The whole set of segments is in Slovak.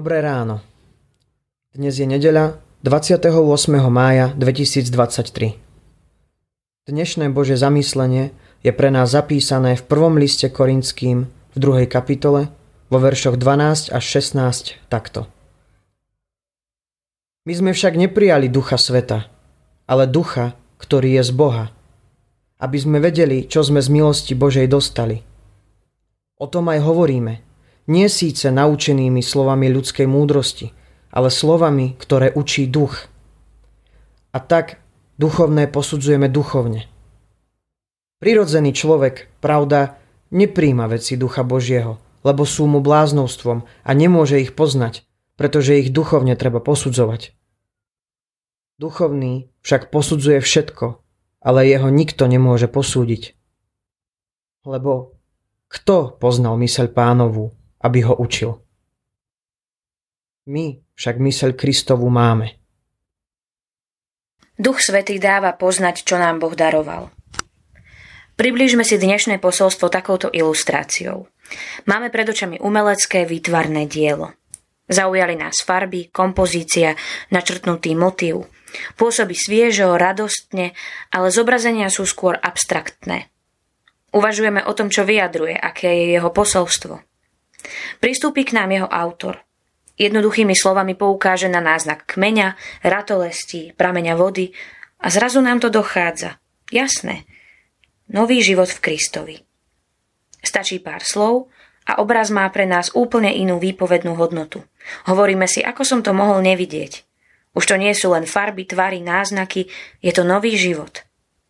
Dobré ráno. Dnes je nedeľa 28. mája 2023. Dnešné Božie zamyslenie je pre nás zapísané v prvom liste Korinským v 2. kapitole vo veršoch 12 až 16 takto. My sme však neprijali ducha sveta, ale ducha, ktorý je z Boha, aby sme vedeli, čo sme z milosti Božej dostali. O tom aj hovoríme. Nie síce naučenými slovami ľudskej múdrosti, ale slovami, ktoré učí duch. A tak duchovné posudzujeme duchovne. Prirodzený človek, pravda, nepríjma veci ducha Božieho, lebo sú mu bláznovstvom a nemôže ich poznať, pretože ich duchovne treba posudzovať. Duchovný však posudzuje všetko, ale jeho nikto nemôže posúdiť. Lebo kto poznal myseľ Pánovu, aby ho učil? My však myseľ Kristovu máme. Duch Svätý dáva poznať, čo nám Boh daroval. Priblížme si dnešné posolstvo takouto ilustráciou. Máme pred očami umelecké výtvarné dielo. Zaujali nás farby, kompozícia, načrtnutý motív. Pôsobí sviežo, radostne, ale zobrazenia sú skôr abstraktné. Uvažujeme o tom, čo vyjadruje, aké je jeho posolstvo. Pristúpi k nám jeho autor. Jednoduchými slovami poukáže na náznak kmeňa, ratolestí, prameňa vody a zrazu nám to dochádza. Jasné. Nový život v Kristovi. Stačí pár slov a obraz má pre nás úplne inú výpovednú hodnotu. Hovoríme si, ako som to mohol nevidieť. Už to nie sú len farby, tvary, náznaky, je to nový život.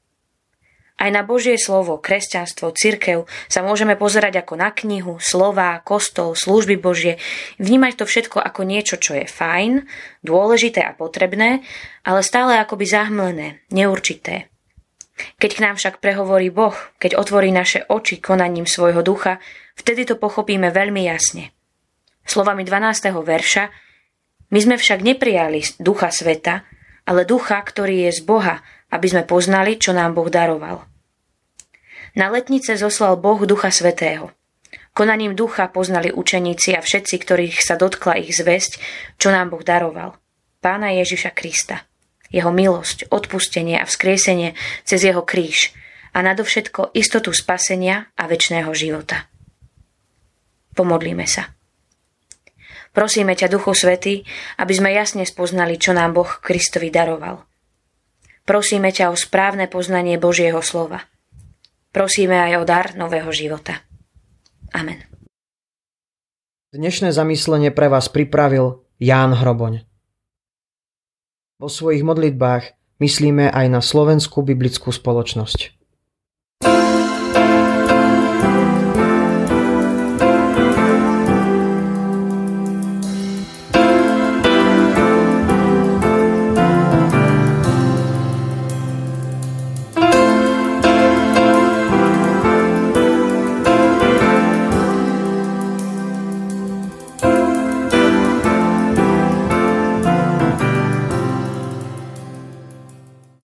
Aj na Božie slovo, kresťanstvo, cirkev sa môžeme pozerať ako na knihu, slová, kostol, služby Božie, vnímať to všetko ako niečo, čo je fajn, dôležité a potrebné, ale stále akoby zahmlené, neurčité. Keď k nám však prehovorí Boh, keď otvorí naše oči konaním svojho ducha, vtedy to pochopíme veľmi jasne. Slovami 12. verša: My sme však neprijali ducha sveta, ale ducha, ktorý je z Boha, aby sme poznali, čo nám Boh daroval. Na letnice zoslal Boh Ducha Svätého. Konaním ducha poznali učeníci a všetci, ktorých sa dotkla ich zvesť, čo nám Boh daroval. Pána Ježiša Krista. Jeho milosť, odpustenie a vzkriesenie cez jeho kríž a nadovšetko istotu spasenia a večného života. Pomodlíme sa. Prosíme ťa, Duchu Svätý, aby sme jasne spoznali, čo nám Boh Kristovi daroval. Prosíme ťa o správne poznanie Božieho slova. Prosíme aj o dar nového života. Amen. Dnešné zamyslenie pre vás pripravil Ján Hroboň. Vo svojich modlitbách myslíme aj na Slovenskú biblickú spoločnosť.